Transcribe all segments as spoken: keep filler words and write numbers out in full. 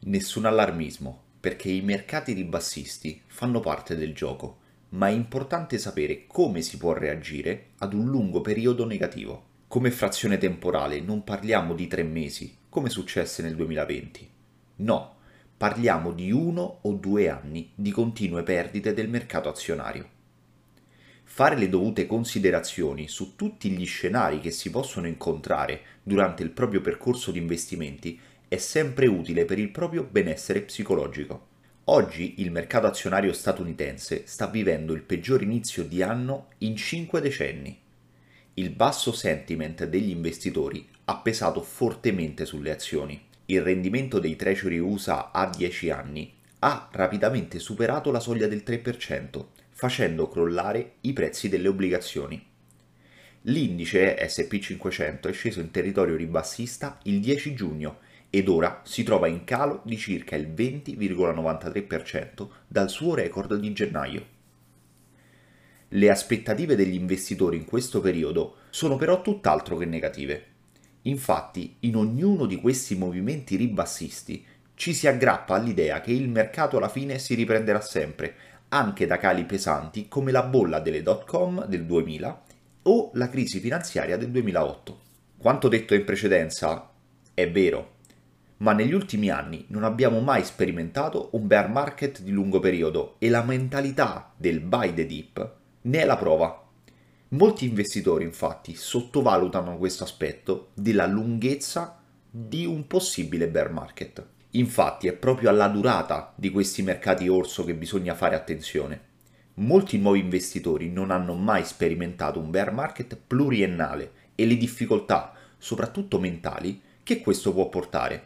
Nessun allarmismo, perché i mercati ribassisti fanno parte del gioco, ma è importante sapere come si può reagire ad un lungo periodo negativo. Come frazione temporale non parliamo di tre mesi, come successe nel duemilaventi. No, parliamo di uno o due anni di continue perdite del mercato azionario. Fare le dovute considerazioni su tutti gli scenari che si possono incontrare durante il proprio percorso di investimenti è sempre utile per il proprio benessere psicologico. Oggi il mercato azionario statunitense sta vivendo il peggior inizio di anno in cinque decenni. Il basso sentiment degli investitori ha pesato fortemente sulle azioni. Il rendimento dei treasury U S A a dieci anni ha rapidamente superato la soglia del tre per cento, facendo crollare i prezzi delle obbligazioni. L'indice S e P cinquecento è sceso in territorio ribassista il dieci giugno ed ora si trova in calo di circa il venti virgola novantatré per cento dal suo record di gennaio. Le aspettative degli investitori in questo periodo sono però tutt'altro che negative. Infatti, in ognuno di questi movimenti ribassisti ci si aggrappa all'idea che il mercato alla fine si riprenderà sempre, anche da cali pesanti come la bolla delle dot com del duemila o la crisi finanziaria del duemilaotto. Quanto detto in precedenza è vero, ma negli ultimi anni non abbiamo mai sperimentato un bear market di lungo periodo e la mentalità del buy the dip ne è la prova. Molti investitori infatti sottovalutano questo aspetto della lunghezza di un possibile bear market. Infatti è proprio alla durata di questi mercati orso che bisogna fare attenzione. Molti nuovi investitori non hanno mai sperimentato un bear market pluriennale e le difficoltà, soprattutto mentali, che questo può portare.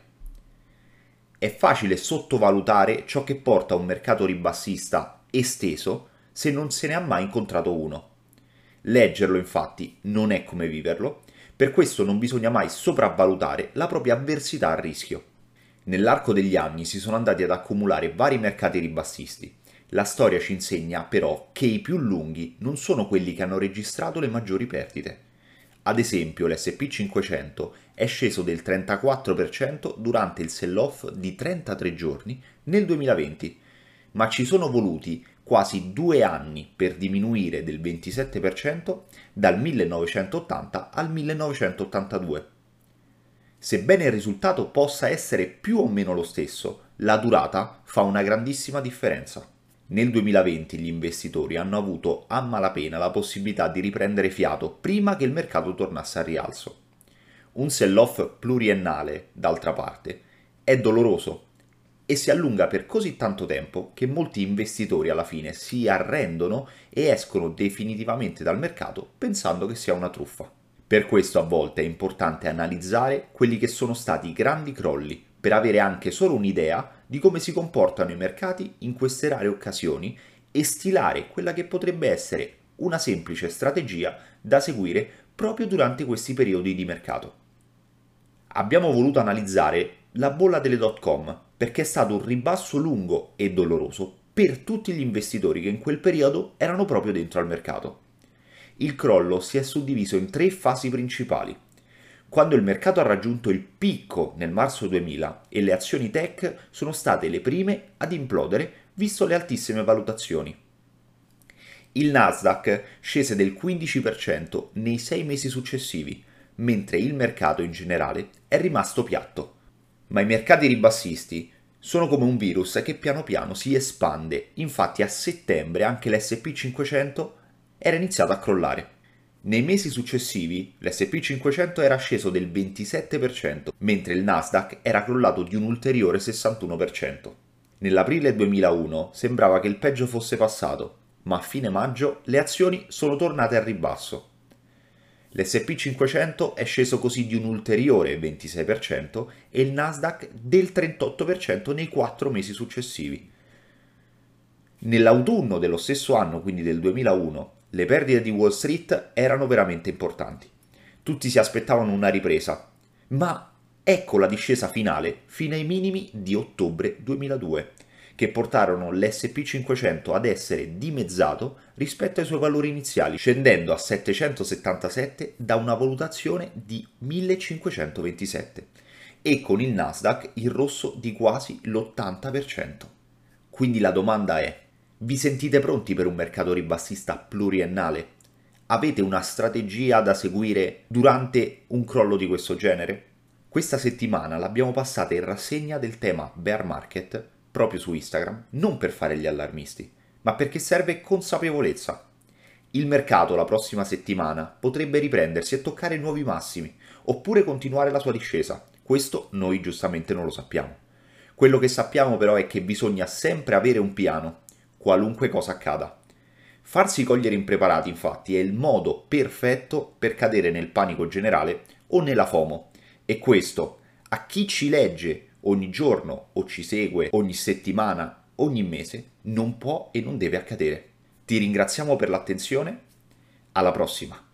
È facile sottovalutare ciò che porta a un mercato ribassista esteso se non se ne ha mai incontrato uno. Leggerlo, infatti, non è come viverlo, per questo non bisogna mai sopravvalutare la propria avversità al rischio. Nell'arco degli anni si sono andati ad accumulare vari mercati ribassisti. La storia ci insegna però che i più lunghi non sono quelli che hanno registrato le maggiori perdite. Ad esempio l'S e P cinquecento è sceso del trentaquattro per cento durante il sell-off di trentatré giorni nel duemilaventi, ma ci sono voluti quasi due anni per diminuire del ventisette per cento dal millenovecentottanta al millenovecentottantadue. Sebbene il risultato possa essere più o meno lo stesso, la durata fa una grandissima differenza. Nel duemilaventi gli investitori hanno avuto a malapena la possibilità di riprendere fiato prima che il mercato tornasse al rialzo. Un sell-off pluriennale, d'altra parte, è doloroso e si allunga per così tanto tempo che molti investitori alla fine si arrendono e escono definitivamente dal mercato pensando che sia una truffa. Per questo a volte è importante analizzare quelli che sono stati i grandi crolli per avere anche solo un'idea di come si comportano i mercati in queste rare occasioni e stilare quella che potrebbe essere una semplice strategia da seguire proprio durante questi periodi di mercato. Abbiamo voluto analizzare la bolla delle dot com perché è stato un ribasso lungo e doloroso per tutti gli investitori che in quel periodo erano proprio dentro al mercato. Il crollo si è suddiviso in tre fasi principali. Quando il mercato ha raggiunto il picco nel marzo duemila e le azioni tech sono state le prime ad implodere visto le altissime valutazioni. Il Nasdaq scese del quindici per cento nei sei mesi successivi, mentre il mercato in generale è rimasto piatto. Ma i mercati ribassisti sono come un virus che piano piano si espande, infatti a settembre anche l'S e P cinquecento era iniziato a crollare. Nei mesi successivi l'S e P cinquecento era sceso del ventisette per cento, mentre il Nasdaq era crollato di un ulteriore sessantuno per cento. Nell'aprile duemilauno sembrava che il peggio fosse passato, ma a fine maggio le azioni sono tornate al ribasso. L'S e P cinquecento è sceso così di un ulteriore ventisei per cento e il Nasdaq del trentotto per cento nei quattro mesi successivi. Nell'autunno dello stesso anno, quindi del duemilauno, le perdite di Wall Street erano veramente importanti. Tutti si aspettavano una ripresa, ma ecco la discesa finale fino ai minimi di ottobre duemiladue, che portarono l'S e P cinquecento ad essere dimezzato rispetto ai suoi valori iniziali, scendendo a settecentosettantasette da una valutazione di millecinquecentoventisette. e con il Nasdaq in rosso di quasi l'ottanta per cento. Quindi la domanda è: vi sentite pronti per un mercato ribassista pluriennale? Avete una strategia da seguire durante un crollo di questo genere? Questa settimana l'abbiamo passata in rassegna del tema bear market proprio su Instagram, non per fare gli allarmisti, ma perché serve consapevolezza. Il mercato la prossima settimana potrebbe riprendersi e toccare nuovi massimi, oppure continuare la sua discesa. Questo noi giustamente non lo sappiamo. Quello che sappiamo però è che bisogna sempre avere un piano, qualunque cosa accada. Farsi cogliere impreparati, infatti, è il modo perfetto per cadere nel panico generale o nella FOMO. E questo, a chi ci legge ogni giorno o ci segue ogni settimana, ogni mese, non può e non deve accadere. Ti ringraziamo per l'attenzione, alla prossima!